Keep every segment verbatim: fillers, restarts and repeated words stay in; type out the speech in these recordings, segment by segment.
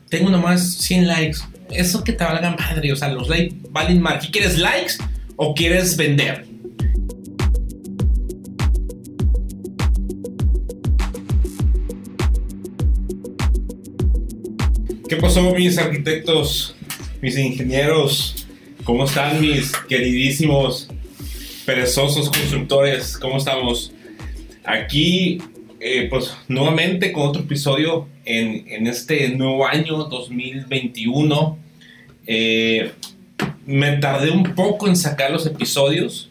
tengo nomás cien likes. Eso que te valga madre, o sea, los likes valen más. ¿Qué quieres, likes o quieres vender? ¿Qué pasó, mis arquitectos, mis ingenieros? ¿Cómo están, mis queridísimos perezosos constructores? ¿Cómo estamos? Aquí, eh, pues, nuevamente con otro episodio en, en este nuevo año dos mil veintiuno. Eh, me tardé un poco en sacar los episodios.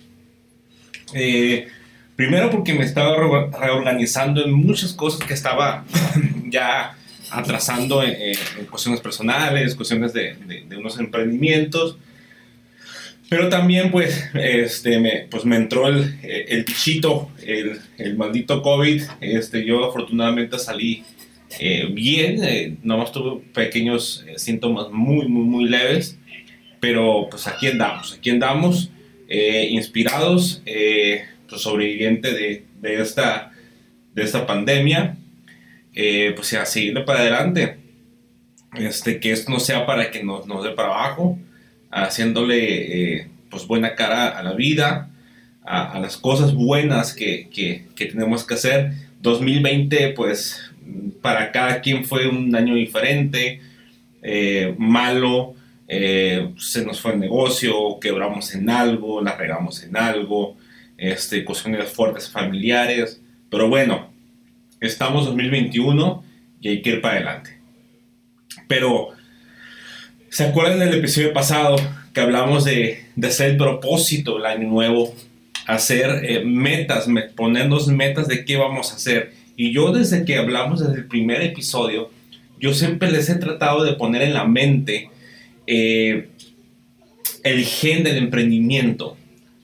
Eh, primero porque me estaba re- reorganizando en muchas cosas que estaba ya atrasando en, en cuestiones personales, cuestiones de, de, de unos emprendimientos, pero también pues, este, me, pues me entró el, el bichito, el, el maldito COVID. Este, yo afortunadamente salí eh, bien, eh, nomás tuve pequeños eh, síntomas muy, muy, muy leves, pero pues aquí andamos, aquí andamos, eh, inspirados, eh, pues sobreviviente de, de, esta, de esta pandemia. Eh, pues a seguirle para adelante, este, que esto no sea para que nos, nos dé para abajo, haciéndole eh, pues buena cara a la vida, a, a las cosas buenas que, que, que tenemos que hacer. dos mil veinte pues para cada quien fue un año diferente, eh, malo, eh, se nos fue el negocio, quebramos en algo, la regamos en algo, este, cuestiones fuertes familiares, pero bueno, estamos en dos mil veintiuno y hay que ir para adelante. Pero, ¿se acuerdan del episodio pasado que hablamos de, de hacer el propósito del año nuevo? Hacer eh, metas, me, ponernos metas de qué vamos a hacer. Y yo desde que hablamos desde el primer episodio, yo siempre les he tratado de poner en la mente eh, el gen del emprendimiento.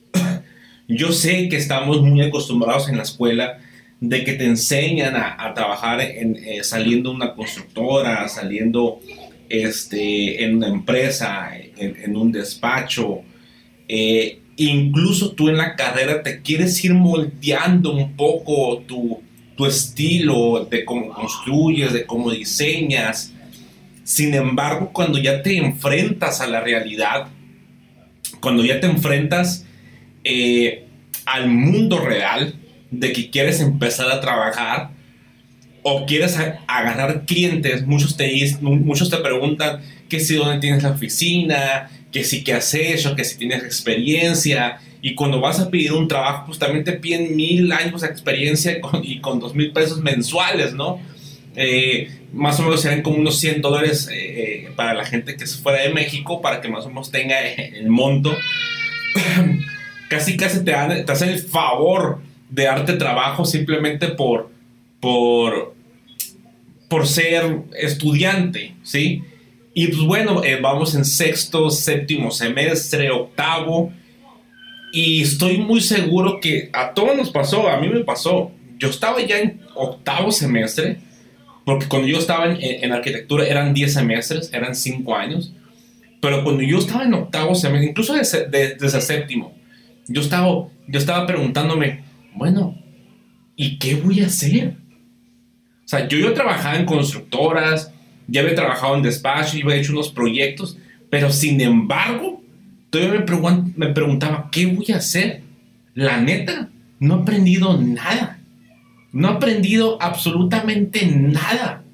Yo sé que estamos muy acostumbrados en la escuela de que te enseñan a, a trabajar en, eh, saliendo de una constructora, saliendo este, en una empresa, en, en un despacho. Eh, incluso tú en la carrera te quieres ir moldeando un poco tu, tu estilo, de cómo construyes, de cómo diseñas. Sin embargo, cuando ya te enfrentas a la realidad, cuando ya te enfrentas eh, al mundo real, de que quieres empezar a trabajar o quieres a, agarrar clientes, muchos te, muchos te preguntan que si dónde tienes la oficina, que si qué has hecho, que si tienes experiencia, y cuando vas a pedir un trabajo pues también te piden mil años de experiencia con, y con dos mil pesos mensuales, ¿no? Eh, más o menos serán como unos cien dólares eh, para la gente que es fuera de México, para que más o menos tenga el monto. casi casi te, dan, te hacen el favor de darte trabajo simplemente por, por, por ser estudiante, ¿sí? Y pues bueno, eh, vamos en sexto, séptimo semestre, octavo, y estoy muy seguro que a todos nos pasó, a mí me pasó. Yo estaba ya en octavo semestre, porque cuando yo estaba en, en arquitectura eran diez semestres, eran cinco años, pero cuando yo estaba en octavo semestre, incluso desde, desde, desde séptimo, yo estaba, yo estaba preguntándome, bueno, ¿y qué voy a hacer? O sea, yo, yo trabajaba en constructoras, ya había trabajado en despacho, ya había hecho unos proyectos, pero sin embargo, todavía me, pregun- me preguntaba, ¿qué voy a hacer? La neta, no he aprendido nada. No he aprendido absolutamente nada.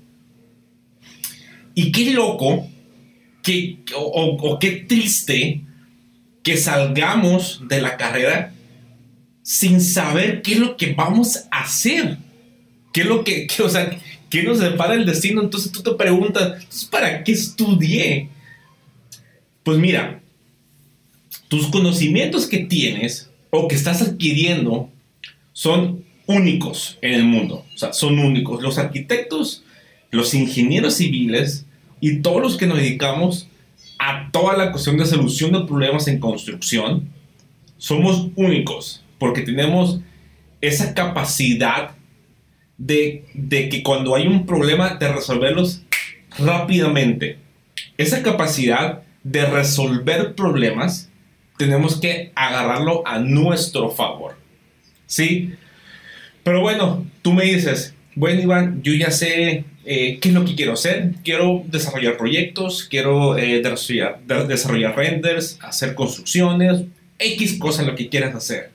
Y qué loco, que, o, o, o qué triste que salgamos de la carrera sin saber qué es lo que vamos a hacer, qué es lo que, que o sea, qué nos depara el destino. Entonces tú te preguntas, ¿entonces para qué estudié? Pues mira, tus conocimientos que tienes o que estás adquiriendo son únicos en el mundo, o sea, son únicos. Los arquitectos, los ingenieros civiles y todos los que nos dedicamos a toda la cuestión de solución de problemas en construcción, somos únicos, porque tenemos esa capacidad de, de que cuando hay un problema, de resolverlos rápidamente. Esa capacidad de resolver problemas, tenemos que agarrarlo a nuestro favor, ¿sí? Pero bueno, tú me dices, bueno, Iván, yo ya sé eh, qué es lo que quiero hacer. Quiero desarrollar proyectos, quiero eh, desarrollar, de, desarrollar renders, hacer construcciones, X cosas lo que quieras hacer.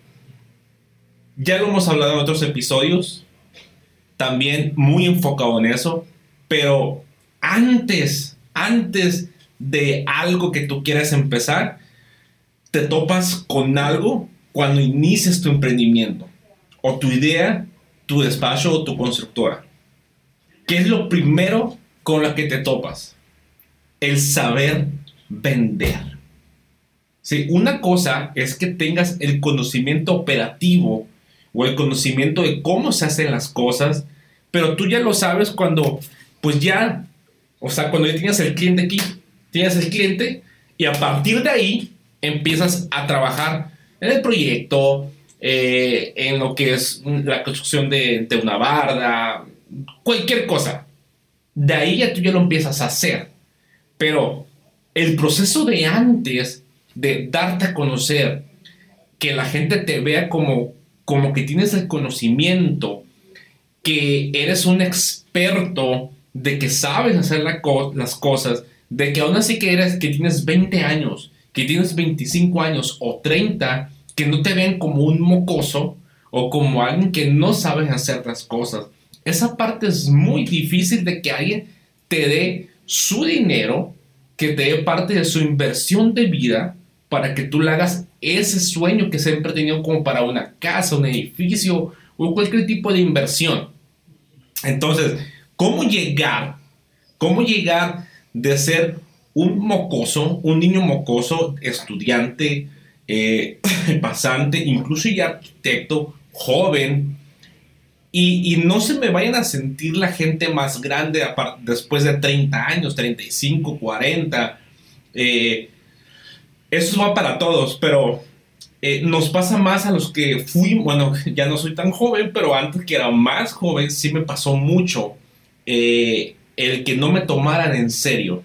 Ya lo hemos hablado en otros episodios, también muy enfocado en eso, pero antes, antes de algo que tú quieras empezar, te topas con algo cuando inicias tu emprendimiento, o tu idea, tu despacho o tu constructora. ¿Qué es lo primero con lo que te topas? El saber vender. Sí, una cosa es que tengas el conocimiento operativo o el conocimiento de cómo se hacen las cosas, pero tú ya lo sabes cuando, pues ya, o sea, cuando ya tienes el cliente aquí, tienes el cliente y a partir de ahí empiezas a trabajar en el proyecto, eh, en lo que es la construcción de, de una barda, cualquier cosa. De ahí ya tú ya lo empiezas a hacer, pero el proceso de antes de darte a conocer, que la gente te vea como como que tienes el conocimiento, que eres un experto, de que sabes hacer la co- las cosas, de que aún así que eres, que tienes veinte años, que tienes veinticinco años o treinta, que no te ven como un mocoso o como alguien que no sabe hacer las cosas. Esa parte es muy difícil, de que alguien te dé su dinero, que te dé parte de su inversión de vida para que tú le hagas ese sueño que siempre he tenido, como para una casa, un edificio o cualquier tipo de inversión. Entonces, ¿cómo llegar? ¿Cómo llegar de ser un mocoso, un niño mocoso, estudiante, eh, pasante, incluso ya arquitecto, joven, y, y no se me vayan a sentir la gente más grande después de treinta años, treinta y cinco, cuarenta, eh, eso va para todos, pero eh, nos pasa más a los que fui, bueno, ya no soy tan joven, pero antes que era más joven, sí me pasó mucho eh, el que no me tomaran en serio.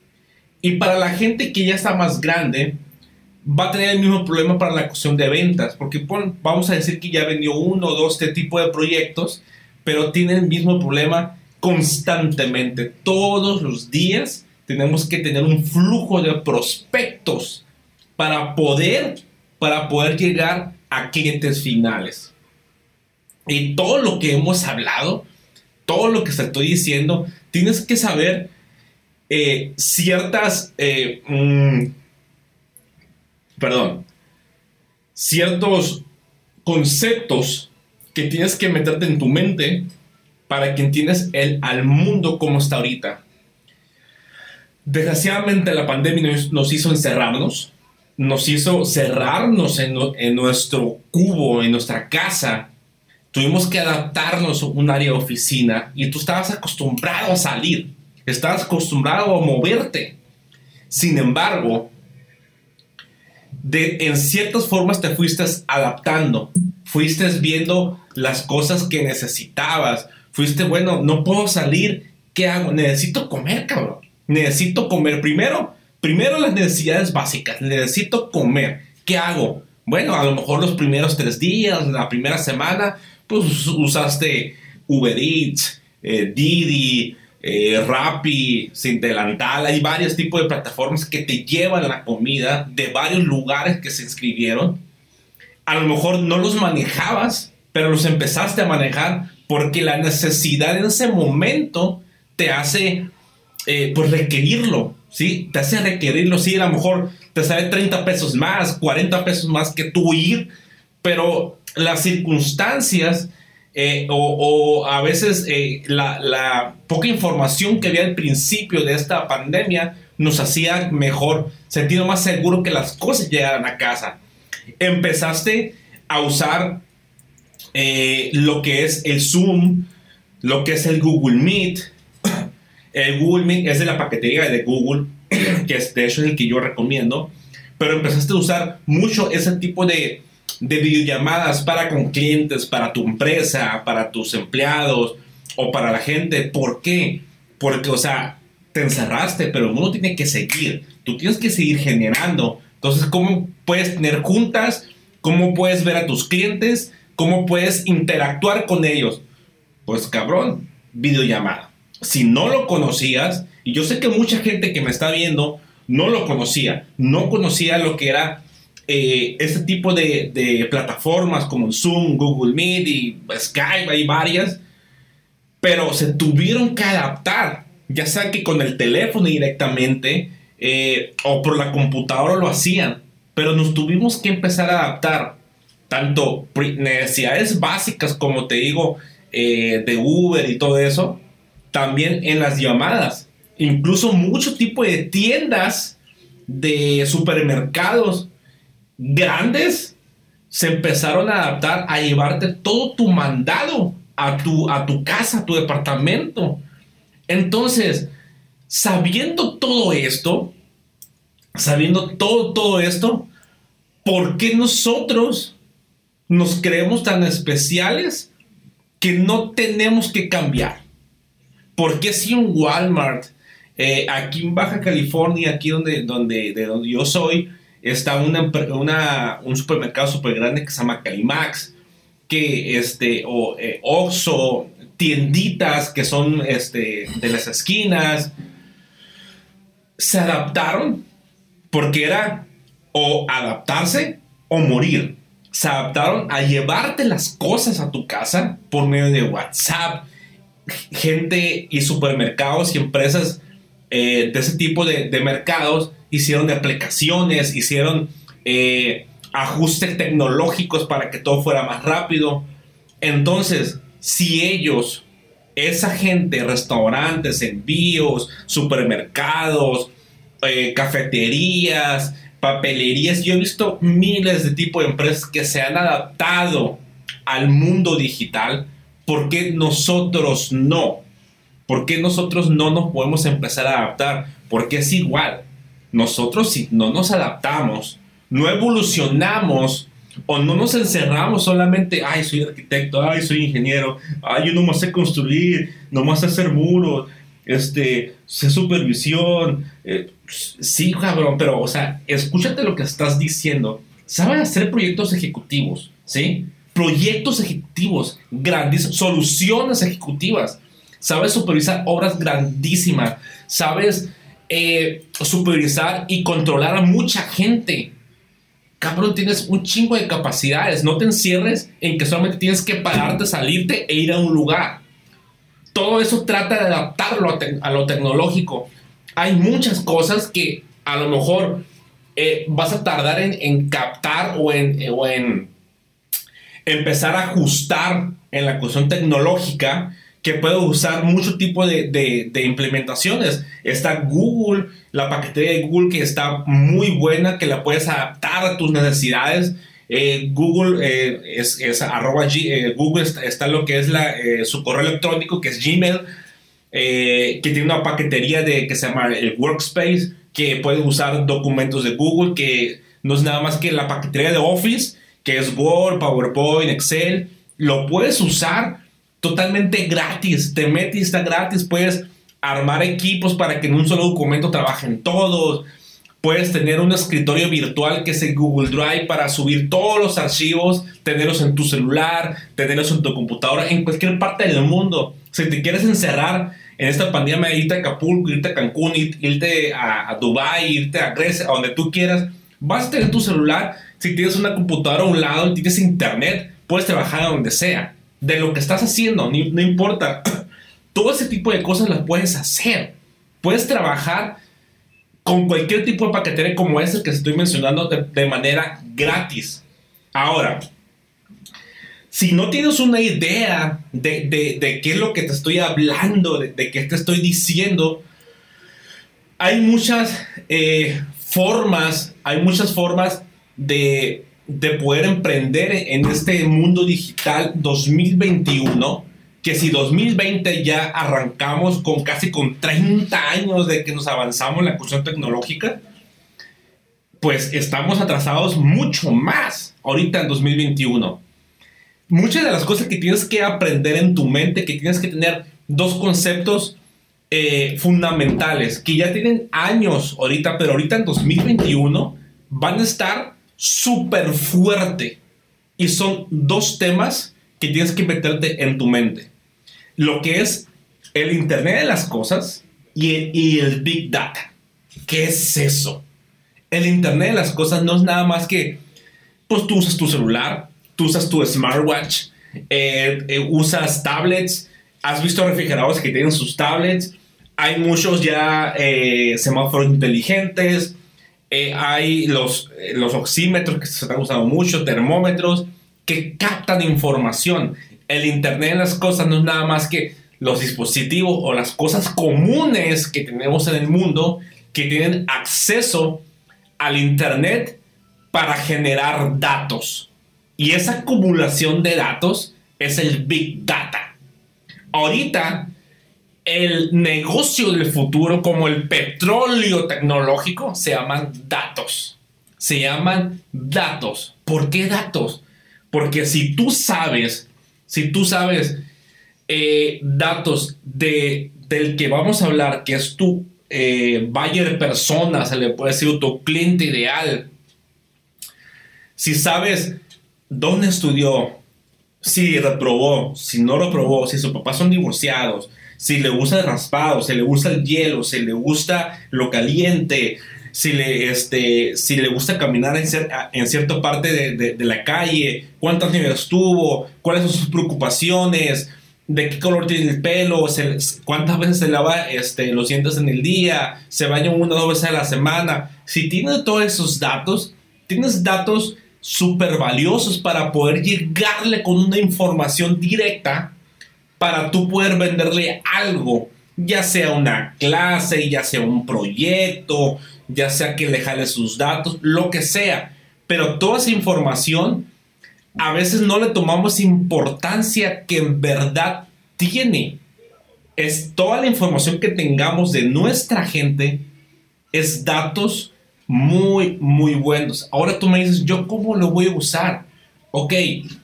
Y para la gente que ya está más grande, va a tener el mismo problema para la cuestión de ventas, porque bueno, vamos a decir que ya vendió uno o dos de este tipo de proyectos, pero tiene el mismo problema constantemente. Todos los días tenemos que tener un flujo de prospectos para poder, para poder llegar a clientes finales. Y todo lo que hemos hablado, todo lo que te estoy diciendo, tienes que saber eh, ciertas, eh, mmm, perdón, ciertos conceptos que tienes que meterte en tu mente para que entiendas el, al mundo como está ahorita. Desgraciadamente la pandemia nos, nos hizo encerrarnos, nos hizo cerrarnos en, en nuestro cubo, en nuestra casa. Tuvimos que adaptarnos a un área de oficina y tú estabas acostumbrado a salir, estabas acostumbrado a moverte. Sin embargo, de, en ciertas formas te fuiste adaptando, fuiste viendo las cosas que necesitabas, fuiste, bueno, no puedo salir, ¿qué hago? Necesito comer, cabrón, necesito comer. Primero, primero las necesidades básicas, necesito comer, ¿qué hago? Bueno, a lo mejor los primeros tres días, la primera semana, pues usaste Uber Eats, eh, Didi, eh, Rappi, Sin Delantal. Hay varios tipos de plataformas que te llevan la comida de varios lugares que se inscribieron. A lo mejor no los manejabas, pero los empezaste a manejar porque la necesidad en ese momento te hace eh, pues requerirlo, ¿sí? Te hace requerirlo, sí, a lo mejor te sale treinta pesos más, cuarenta pesos más que tú ir, pero las circunstancias eh, o, o a veces eh, la, la poca información que había al principio de esta pandemia nos hacía mejor, sentir más seguro que las cosas llegaran a casa. Empezaste a usar eh, lo que es el Zoom, lo que es el Google Meet. El Google Meet es de la paquetería de Google, que es, de hecho es el que yo recomiendo, pero empezaste a usar mucho ese tipo de, de videollamadas para con clientes, para tu empresa, para tus empleados o para la gente. ¿Por qué? Porque, o sea, te encerraste, pero el mundo tiene que seguir. Tú tienes que seguir generando. Entonces, ¿cómo puedes tener juntas? ¿Cómo puedes ver a tus clientes? ¿Cómo puedes interactuar con ellos? Pues, cabrón, videollamada. si no lo conocías, y yo sé que mucha gente que me está viendo no lo conocía, no conocía lo que era eh, este tipo de, de plataformas como Zoom, Google Meet y Skype, hay varias, pero se tuvieron que adaptar, ya sea que con el teléfono directamente eh, o por la computadora lo hacían, pero nos tuvimos que empezar a adaptar, tanto necesidades básicas como te digo, eh, de Uber y todo eso, también en las llamadas, incluso mucho tipo de tiendas de supermercados grandes se empezaron a adaptar a llevarte todo tu mandado a tu, a tu casa, a tu departamento. Entonces, sabiendo todo esto, sabiendo todo, todo esto, ¿por qué nosotros nos creemos tan especiales que no tenemos que cambiar? ¿Por qué si un Walmart, eh, aquí en Baja California, aquí donde, donde, de donde yo soy, está una, una, un supermercado súper grande que se llama Calimax, que este, o eh, Oxxo, tienditas que son este, de las esquinas, se adaptaron porque era o adaptarse o morir. Se adaptaron a llevarte las cosas a tu casa por medio de WhatsApp. Gente y supermercados y empresas eh, de ese tipo de, de mercados hicieron aplicaciones, hicieron eh, ajustes tecnológicos para que todo fuera más rápido. Entonces, si ellos, esa gente, restaurantes, envíos, supermercados, eh, cafeterías, papelerías, yo he visto miles de tipos de empresas que se han adaptado al mundo digital. ¿Por qué nosotros no? ¿Por qué nosotros no nos podemos empezar a adaptar? Porque es igual. Nosotros, si no nos adaptamos, no evolucionamos o no nos encerramos solamente, ay, soy arquitecto, ay, soy ingeniero, ay, yo nomás sé construir, nomás sé hacer muros, este, sé supervisión. Eh, sí, cabrón, pero, o sea, escúchate lo que estás diciendo. Saben hacer proyectos ejecutivos, ¿sí? Proyectos ejecutivos grandes, soluciones ejecutivas. Sabes supervisar obras grandísimas. Sabes eh, supervisar y controlar a mucha gente. Cabrón, tienes un chingo de capacidades. No te encierres en que solamente tienes que pararte, salirte e ir a un lugar. Todo eso trata de adaptarlo a, te- a lo tecnológico. Hay muchas cosas que a lo mejor eh, vas a tardar en, en captar o en, eh, o en empezar a ajustar en la cuestión tecnológica, que puede usar mucho tipo de, de, de implementaciones. Está Google, la paquetería de Google, que está muy buena, que la puedes adaptar a tus necesidades. Eh, Google eh, es, es arroba G, eh, Google está, está lo que es la, eh, su correo electrónico, que es Gmail, eh, que tiene una paquetería de, que se llama el Workspace, que puedes usar documentos de Google, que no es nada más que la paquetería de Office, que es Word, PowerPoint, Excel. Lo puedes usar totalmente gratis. Te metes y está gratis. Puedes armar equipos para que en un solo documento trabajen todos. Puedes tener un escritorio virtual que es el Google Drive para subir todos los archivos, tenerlos en tu celular, tenerlos en tu computadora, en cualquier parte del mundo. Si te quieres encerrar en esta pandemia, irte a Acapulco, irte a Cancún, irte a, a Dubái, irte a Grecia, a donde tú quieras, vas a tener tu celular. Si tienes una computadora a un lado y tienes internet, puedes trabajar donde sea. De lo que estás haciendo, ni, no importa. Todo ese tipo de cosas las puedes hacer. Puedes trabajar con cualquier tipo de paquetería como este que estoy mencionando de, de manera gratis. Ahora, si no tienes una idea de, de, de qué es lo que te estoy hablando, de, de qué te estoy diciendo, hay muchas eh, formas, hay muchas formas de, de poder emprender en este mundo digital dos mil veintiuno, que si dos mil veinte ya arrancamos con casi con treinta años de que nos avanzamos en la cuestión tecnológica, pues estamos atrasados mucho más ahorita en dos mil veintiuno. Muchas de las cosas que tienes que aprender en tu mente, que tienes que tener dos conceptos eh, fundamentales, que ya tienen años ahorita, pero ahorita en dos mil veintiuno van a estar súper fuerte. Y son dos temas que tienes que meterte en tu mente. Lo que es el Internet de las cosas y el, y el Big Data. ¿Qué es eso? El Internet de las cosas no es nada más que, pues tú usas tu celular, tú usas tu smartwatch, eh, eh, usas tablets, has visto refrigeradores que tienen sus tablets, hay muchos ya eh, semáforos inteligentes, eh, hay los, eh, los oxímetros que se están usando mucho, termómetros, que captan información. El Internet de las cosas no es nada más que los dispositivos o las cosas comunes que tenemos en el mundo que tienen acceso al Internet para generar datos. Y esa acumulación de datos es el Big Data. Ahorita, el negocio del futuro, como el petróleo tecnológico, se llaman datos. Se llaman datos. ¿Por qué datos? Porque si tú sabes, si tú sabes eh, datos de, del que vamos a hablar, que es tu eh, buyer persona, se le puede decir tu cliente ideal. Si sabes dónde estudió, si reprobó, si no reprobó, si sus papás son divorciados, si le gusta el raspado, si le gusta el hielo, si le gusta lo caliente, si le, este, si le gusta caminar en, cer en cierta parte de, de, de la calle, cuántos niveles tuvo, cuáles son sus preocupaciones, de qué color tiene el pelo, se, cuántas veces se lava este, los dientes en el día, se baña una o dos veces a la semana. Si tienes todos esos datos, tienes datos súper valiosos para poder llegarle con una información directa para tú poder venderle algo, ya sea una clase, ya sea un proyecto, ya sea que le jale sus datos, lo que sea. Pero toda esa información a veces no le tomamos importancia que en verdad tiene. Es toda la información que tengamos de nuestra gente, es datos muy, muy buenos. Ahora tú me dices, ¿yo cómo lo voy a usar? Ok,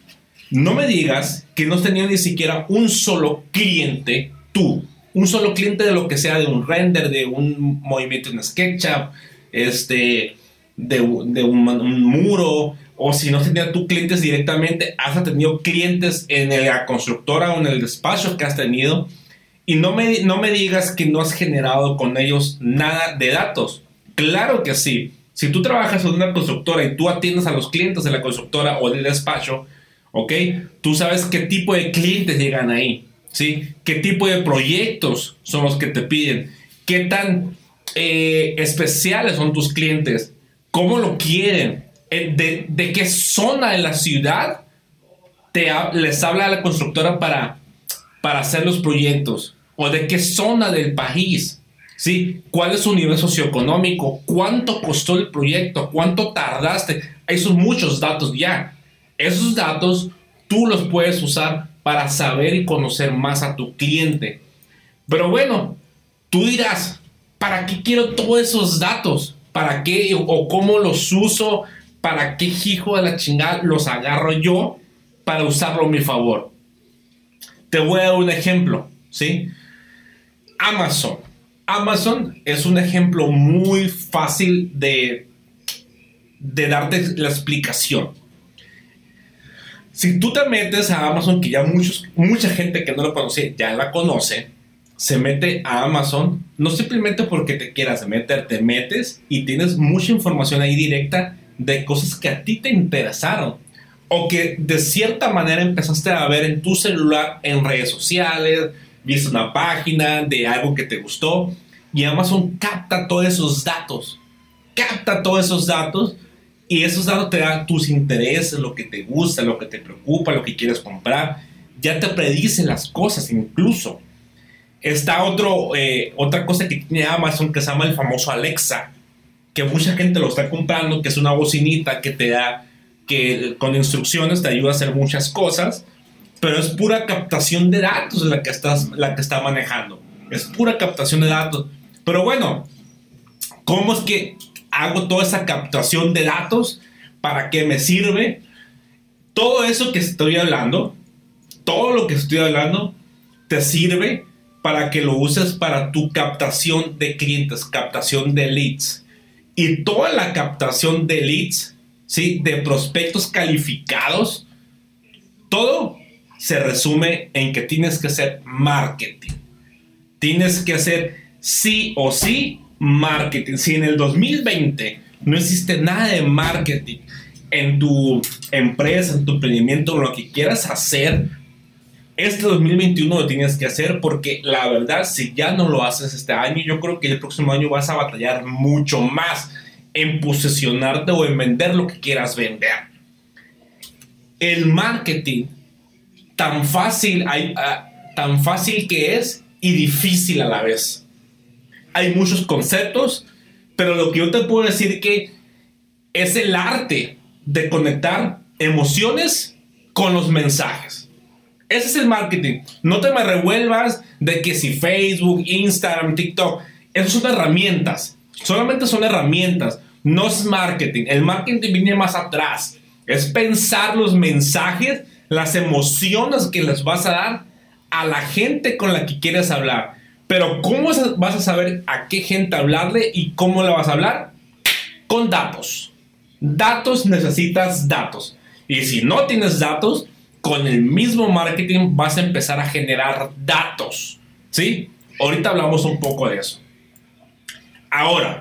no me digas que no has tenido ni siquiera un solo cliente, tú, un solo cliente de lo que sea, de un render, de un movimiento en SketchUp, este, de, de un, un muro, o si no has tenido tú clientes directamente, has tenido clientes en la constructora o en el despacho que has tenido, y no me, no me digas que no has generado con ellos nada de datos. Claro que sí. Si tú trabajas en una constructora y tú atiendes a los clientes de la constructora o del despacho, ¿ok? Tú sabes qué tipo de clientes llegan ahí, ¿sí? ¿Qué tipo de proyectos son los que te piden? ¿Qué tan eh, especiales son tus clientes? ¿Cómo lo quieren? ¿De, de qué zona de la ciudad te ha, les habla a la constructora para, para hacer los proyectos? ¿O de qué zona del país? ¿Sí? ¿Cuál es su nivel socioeconómico? ¿Cuánto costó el proyecto? ¿Cuánto tardaste? Hay son muchos datos ya. Esos datos tú los puedes usar para saber y conocer más a tu cliente. Pero bueno, tú dirás, ¿para qué quiero todos esos datos? ¿Para qué o cómo los uso? ¿Para qué hijo de la chingada los agarro yo para usarlo a mi favor? Te voy a dar un ejemplo, ¿sí? Amazon. Amazon es un ejemplo muy fácil de, de darte la explicación. Si tú te metes a Amazon, que ya muchos, mucha gente que no lo conoce ya la conoce, se mete a Amazon, no simplemente porque te quieras meter, te metes y tienes mucha información ahí directa de cosas que a ti te interesaron o que de cierta manera empezaste a ver en tu celular, en redes sociales, viste una página de algo que te gustó y Amazon capta todos esos datos, capta todos esos datos y esos datos te dan tus intereses, lo que te gusta, lo que te preocupa, lo que quieres comprar, ya te predice las cosas incluso. Está otro, eh, otra cosa que tiene Amazon que se llama el famoso Alexa, que mucha gente lo está comprando, que es una bocinita que te da, que con instrucciones te ayuda a hacer muchas cosas, pero es pura captación de datos la que, estás, la que está manejando. Es pura captación de datos. Pero bueno, ¿cómo es que hago toda esa captación de datos? ¿Para qué me sirve? Todo eso que estoy hablando, todo lo que estoy hablando, te sirve para que lo uses para tu captación de clientes, captación de leads. Y toda la captación de leads, ¿sí? De prospectos calificados, todo se resume en que tienes que hacer marketing. tienes que hacer sí o sí marketing. Si en el dos mil veinte no existe nada de marketing en tu empresa, en tu emprendimiento, lo que quieras hacer, este dos mil veintiuno lo tienes que hacer, porque la verdad, si ya no lo haces este año, yo creo que el próximo año vas a batallar mucho más en posicionarte o en vender lo que quieras vender. El marketing, tan fácil, hay, uh, tan fácil que es y difícil a la vez. Hay muchos conceptos, pero lo que yo te puedo decir que es el arte de conectar emociones con los mensajes. Ese es el marketing. No te me revuelvas de que si Facebook, Instagram, TikTok, esas son herramientas. Solamente son herramientas. No es marketing. El marketing viene más atrás. Es pensar los mensajes, las emociones que les vas a dar a la gente con la que quieres hablar. Pero ¿cómo vas a saber a qué gente hablarle y cómo le vas a hablar? Con datos. Datos, necesitas datos. Y si no tienes datos, con el mismo marketing vas a empezar a generar datos. ¿Sí? Ahorita hablamos un poco de eso. Ahora,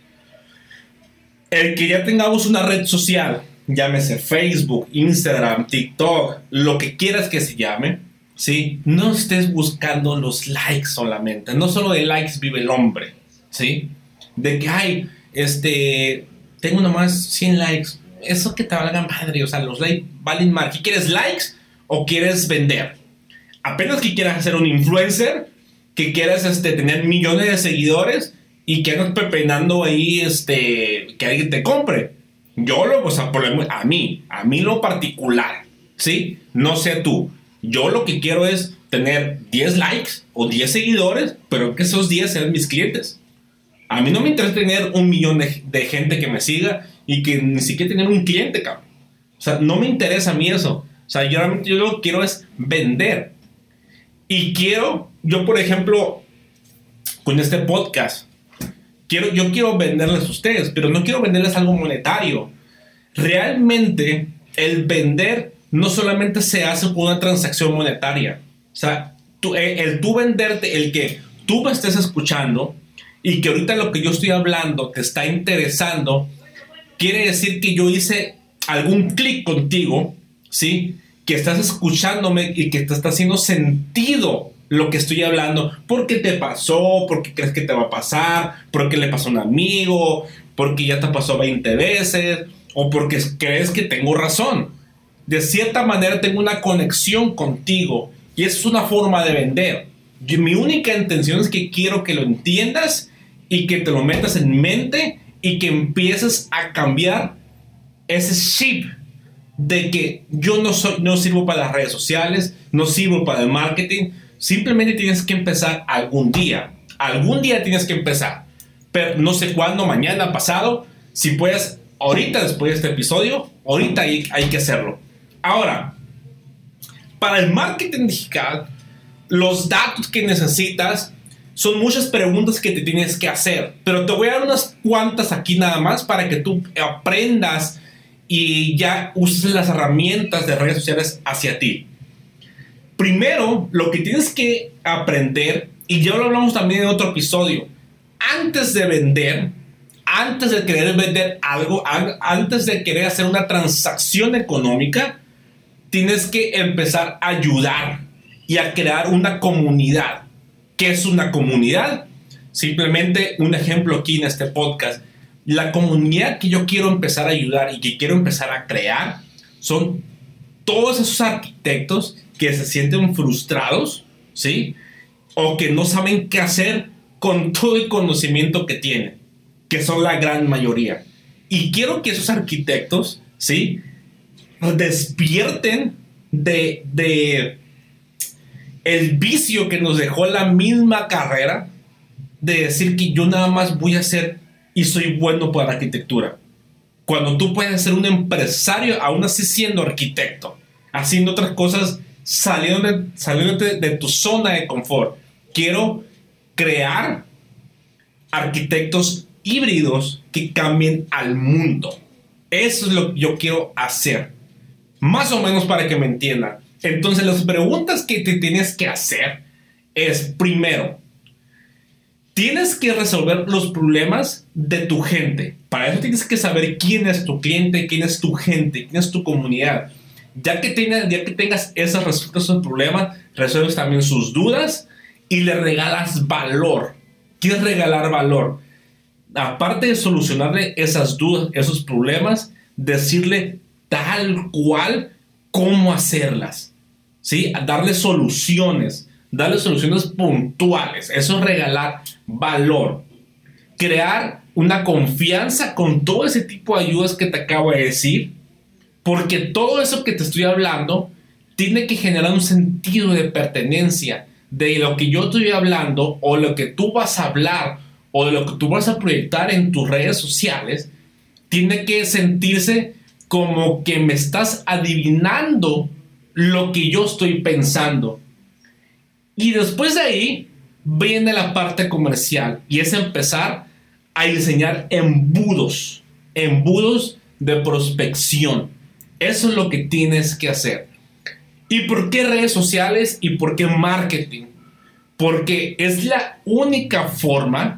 el que ya tengamos una red social, llámese Facebook, Instagram, TikTok, lo que quieras que se llame, ¿sí? No estés buscando los likes solamente. No solo de likes vive el hombre, ¿sí? De que, ay, este, tengo nomás cien likes. Eso que te valga madre. O sea, los likes valen más. ¿Qué quieres, likes o quieres vender? Apenas que quieras ser un influencer, que quieras este, tener millones de seguidores y que andas pepenando ahí, este, que alguien te compre. Yo lo, o sea, por lo, a mí, a mí lo particular, ¿sí? No sé tú. Yo lo que quiero es tener diez likes o diez seguidores, pero que esos diez sean mis clientes. A mí no me interesa tener un millón de, de gente que me siga y que ni siquiera tener un cliente, cabrón. O sea, no me interesa a mí eso. O sea, yo realmente yo lo que quiero es vender. Y quiero, yo por ejemplo, con este podcast, quiero, yo quiero venderles a ustedes, pero no quiero venderles algo monetario. Realmente, el vender no solamente se hace con una transacción monetaria. O sea, tú, el, el tú venderte, el que tú me estés escuchando y que ahorita lo que yo estoy hablando te está interesando, quiere decir que yo hice algún clic contigo, ¿sí? Que estás escuchándome y que te está haciendo sentido lo que estoy hablando. ¿Por qué te pasó? ¿Por qué crees que te va a pasar? ¿Por qué le pasó a un amigo? ¿Por qué ya te pasó veinte veces? ¿O porque crees que tengo razón? De cierta manera tengo una conexión contigo y es una forma de vender. Yo, mi única intención es que quiero que lo entiendas y que te lo metas en mente y que empieces a cambiar ese chip de que yo no, soy, no sirvo para las redes sociales, no sirvo para el marketing. Simplemente tienes que empezar algún día. Algún día tienes que empezar. Pero no sé cuándo, mañana, pasado. Si puedes, ahorita después de este episodio, ahorita hay, hay que hacerlo. Ahora, para el marketing digital, los datos que necesitas son muchas preguntas que te tienes que hacer. Pero te voy a dar unas cuantas aquí nada más para que tú aprendas y ya uses las herramientas de redes sociales hacia ti. Primero, lo que tienes que aprender, y ya lo hablamos también en otro episodio, antes de vender, antes de querer vender algo, antes de querer hacer una transacción económica, tienes que empezar a ayudar y a crear una comunidad. ¿Qué es una comunidad? Simplemente un ejemplo aquí en este podcast. La comunidad que yo quiero empezar a ayudar y que quiero empezar a crear son todos esos arquitectos que se sienten frustrados, ¿sí? O que no saben qué hacer con todo el conocimiento que tienen, que son la gran mayoría. Y quiero que esos arquitectos, ¿sí?, despierten de, de el vicio que nos dejó la misma carrera de decir que yo nada más voy a hacer y soy bueno para la arquitectura. Cuando tú puedes ser un empresario, aún así siendo arquitecto, haciendo otras cosas, saliendo de, saliendo de, de tu zona de confort. Quiero crear arquitectos híbridos que cambien al mundo. Eso es lo que yo quiero hacer. Más o menos para que me entiendan. Entonces, las preguntas que te tienes que hacer es, primero, tienes que resolver los problemas de tu gente. Para eso tienes que saber quién es tu cliente, quién es tu gente, quién es tu comunidad. Ya que tengas, ya que tengas esas respuestas a sus problemas, resuelves también sus dudas y le regalas valor. ¿Quieres regalar valor? Aparte de solucionarle esas dudas, esos problemas, decirle tal cual cómo hacerlas, ¿sí? Darle soluciones, darle soluciones puntuales. Eso es regalar valor. Crear una confianza con todo ese tipo de ayudas que te acabo de decir, porque todo eso que te estoy hablando tiene que generar un sentido de pertenencia de lo que yo estoy hablando o lo que tú vas a hablar o de lo que tú vas a proyectar en tus redes sociales. Tiene que sentirse como que me estás adivinando lo que yo estoy pensando. Y después de ahí viene la parte comercial y es empezar a diseñar embudos, embudos de prospección. Eso es lo que tienes que hacer. ¿Y por qué redes sociales y por qué marketing? Porque es la única forma,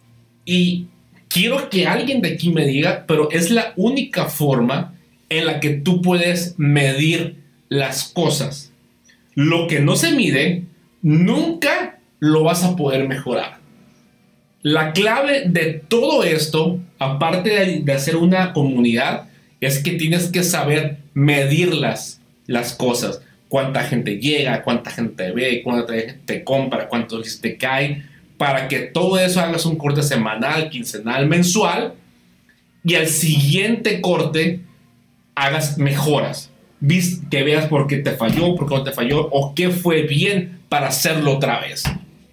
y quiero que alguien de aquí me diga, pero es la única forma en la que tú puedes medir las cosas. Lo que no se mide, nunca lo vas a poder mejorar. La clave de todo esto, aparte de, de hacer una comunidad, es que tienes que saber medir las, las cosas. Cuánta gente llega, cuánta gente ve, cuánta gente compra, cuántos te caen, para que todo eso hagas un corte semanal, quincenal, mensual, y al siguiente corte hagas mejoras. Que veas por qué te falló, por qué no te falló, o qué fue bien para hacerlo otra vez.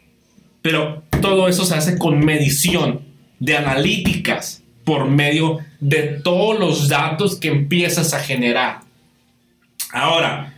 Pero todo eso se hace con medición de analíticas por medio de todos los datos que empiezas a generar. Ahora,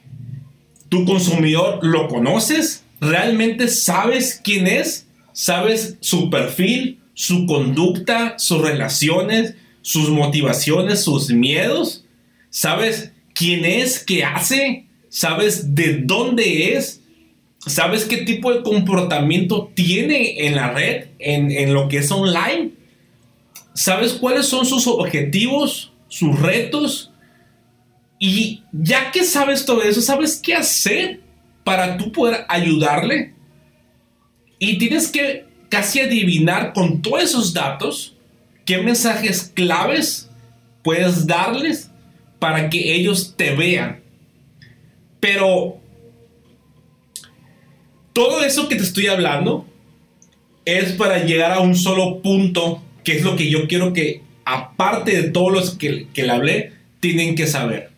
¿tu consumidor lo conoces? ¿Realmente sabes quién es? ¿Sabes su perfil, su conducta, sus relaciones, sus motivaciones, sus miedos? ¿Sabes quién es, qué hace? ¿Sabes de dónde es? ¿Sabes qué tipo de comportamiento tiene en la red, en, en lo que es online? ¿Sabes cuáles son sus objetivos, sus retos? Y ya que sabes todo eso, ¿sabes qué hacer para tú poder ayudarle? Y tienes que casi adivinar con todos esos datos qué mensajes claves puedes darles para que ellos te vean. Pero todo eso que te estoy hablando es para llegar a un solo punto, que es lo que yo quiero que, aparte de todos los que, que le hablé, tienen que saber.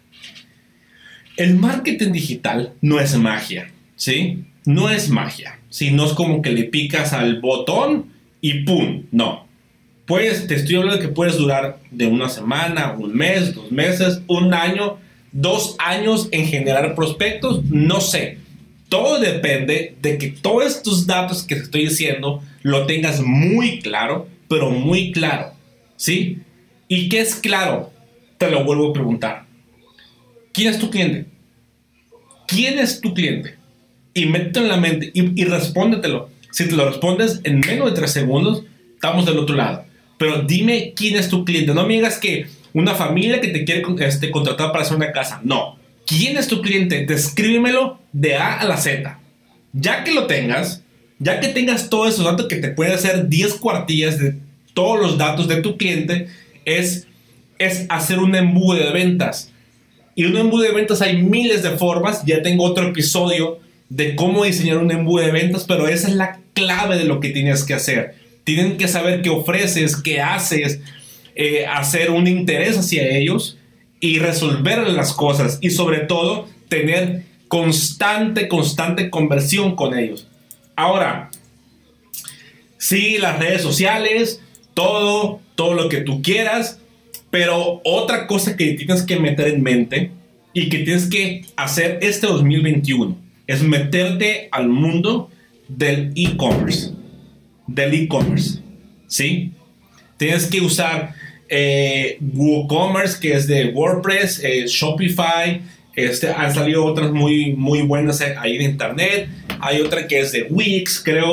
El marketing digital no es magia, ¿sí? No es magia, ¿sí? No es como que le picas al botón y ¡pum! No. Pues te estoy hablando de que puedes durar de una semana, un mes, dos meses, un año, dos años en generar prospectos, no sé. Todo depende de que todos estos datos que te estoy diciendo lo tengas muy claro, pero muy claro, ¿sí? ¿Y qué es claro? Te lo vuelvo a preguntar. ¿Quién es tu cliente? ¿Quién es tu cliente? Y mételo en la mente y, y respóndetelo. Si te lo respondes en menos de tres segundos, estamos del otro lado. Pero dime quién es tu cliente. No me digas que una familia que te quiere este, contratar para hacer una casa. No. ¿Quién es tu cliente? Descríbemelo de A a la Z. Ya que lo tengas, ya que tengas todos esos datos que te pueden hacer diez cuartillas de todos los datos de tu cliente, es, es hacer un embudo de ventas. Y un embudo de ventas hay miles de formas. Ya tengo otro episodio de cómo diseñar un embudo de ventas, pero esa es la clave de lo que tienes que hacer. Tienen que saber qué ofreces, qué haces, eh, hacer un interés hacia ellos y resolver las cosas. Y sobre todo, tener constante, constante conversión con ellos. Ahora, sí, las redes sociales, todo, todo lo que tú quieras. Pero otra cosa que tienes que meter en mente y que tienes que hacer este dos mil veintiuno es meterte al mundo del e-commerce. Del e-commerce, ¿sí? Tienes que usar eh, WooCommerce, que es de WordPress, eh, Shopify. Este, han salido otras muy, muy buenas ahí en internet. Hay otra que es de Wix, creo.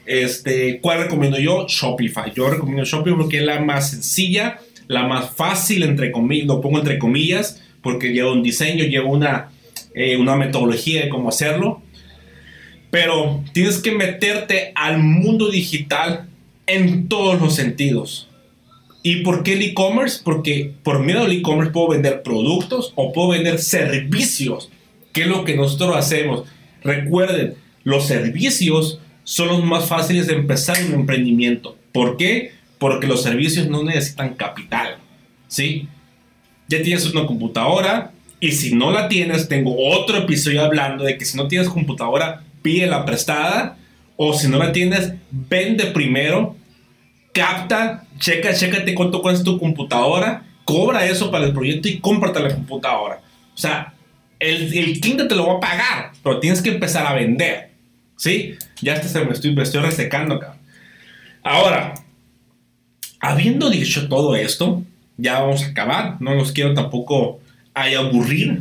Este, ¿cuál recomiendo yo? Shopify. Yo recomiendo Shopify porque es la más sencilla, la más fácil, entre comillas, lo pongo entre comillas, porque lleva un diseño, lleva una, eh, una metodología de cómo hacerlo. Pero tienes que meterte al mundo digital en todos los sentidos. ¿Y por qué el e-commerce? Porque por medio del e-commerce puedo vender productos o puedo vender servicios, que es lo que nosotros hacemos. Recuerden, los servicios son los más fáciles de empezar un emprendimiento. ¿Por qué? Porque los servicios no necesitan capital, ¿sí? Ya tienes una computadora y si no la tienes, tengo otro episodio hablando de que si no tienes computadora, pídela prestada, o si no la tienes, vende primero, capta, checa, chécate cuánto cuesta tu computadora, cobra eso para el proyecto y cómprate la computadora. O sea, el, el cliente te lo va a pagar, pero tienes que empezar a vender, ¿sí? Ya hasta se me estoy, me estoy resecando acá. Ahora, habiendo dicho todo esto, ya vamos a acabar, no los quiero tampoco ay, aburrir.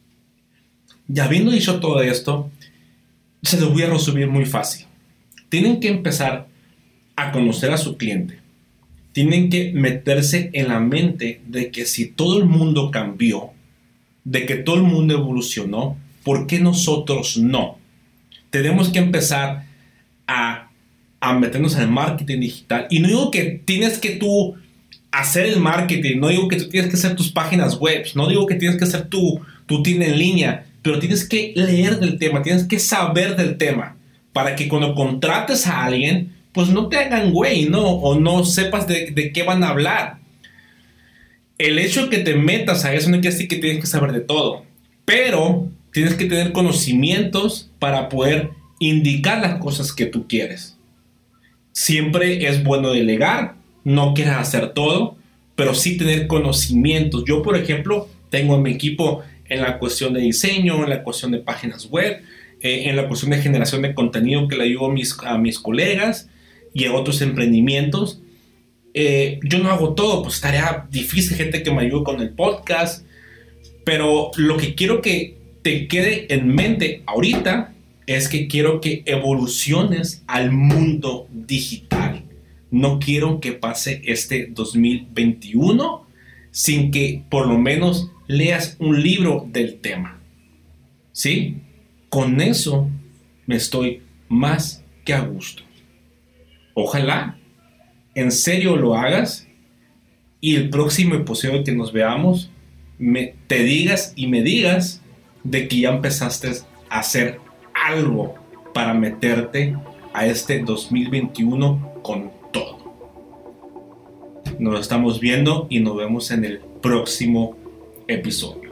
Ya habiendo dicho todo esto, se los voy a resumir muy fácil. Tienen que empezar a conocer a su cliente. Tienen que meterse en la mente de que si todo el mundo cambió, de que todo el mundo evolucionó, ¿por qué nosotros no? Tenemos que empezar a, a meternos en el marketing digital. Y no digo que tienes que tú hacer el marketing, no digo que tú tienes que hacer tus páginas web, no digo que tienes que hacer tu, tu tienda en línea, pero tienes que leer del tema, tienes que saber del tema, para que cuando contrates a alguien, pues no te hagan güey, ¿no? O no sepas de, de qué van a hablar. El hecho de que te metas a eso no quiere decir que tienes que saber de todo, pero tienes que tener conocimientos para poder indicar las cosas que tú quieres. Siempre es bueno delegar, no quieras hacer todo, pero sí tener conocimientos. Yo, por ejemplo, tengo en mi equipo en la cuestión de diseño, en la cuestión de páginas web, eh, en la cuestión de generación de contenido que le ayudo a mis, a mis colegas y a otros emprendimientos. Eh, yo no hago todo, pues estaría difícil gente que me ayude con el podcast, pero lo que quiero que te quede en mente ahorita es que quiero que evoluciones al mundo digital. No quiero que pase este dos mil veintiuno sin que por lo menos leas un libro del tema, ¿sí? Con eso me estoy más que a gusto. Ojalá en serio lo hagas y el próximo episodio que nos veamos me, te digas y me digas de que ya empezaste a hacer algo para meterte a este dos mil veintiuno con todo. Nos estamos viendo y nos vemos en el próximo episodio.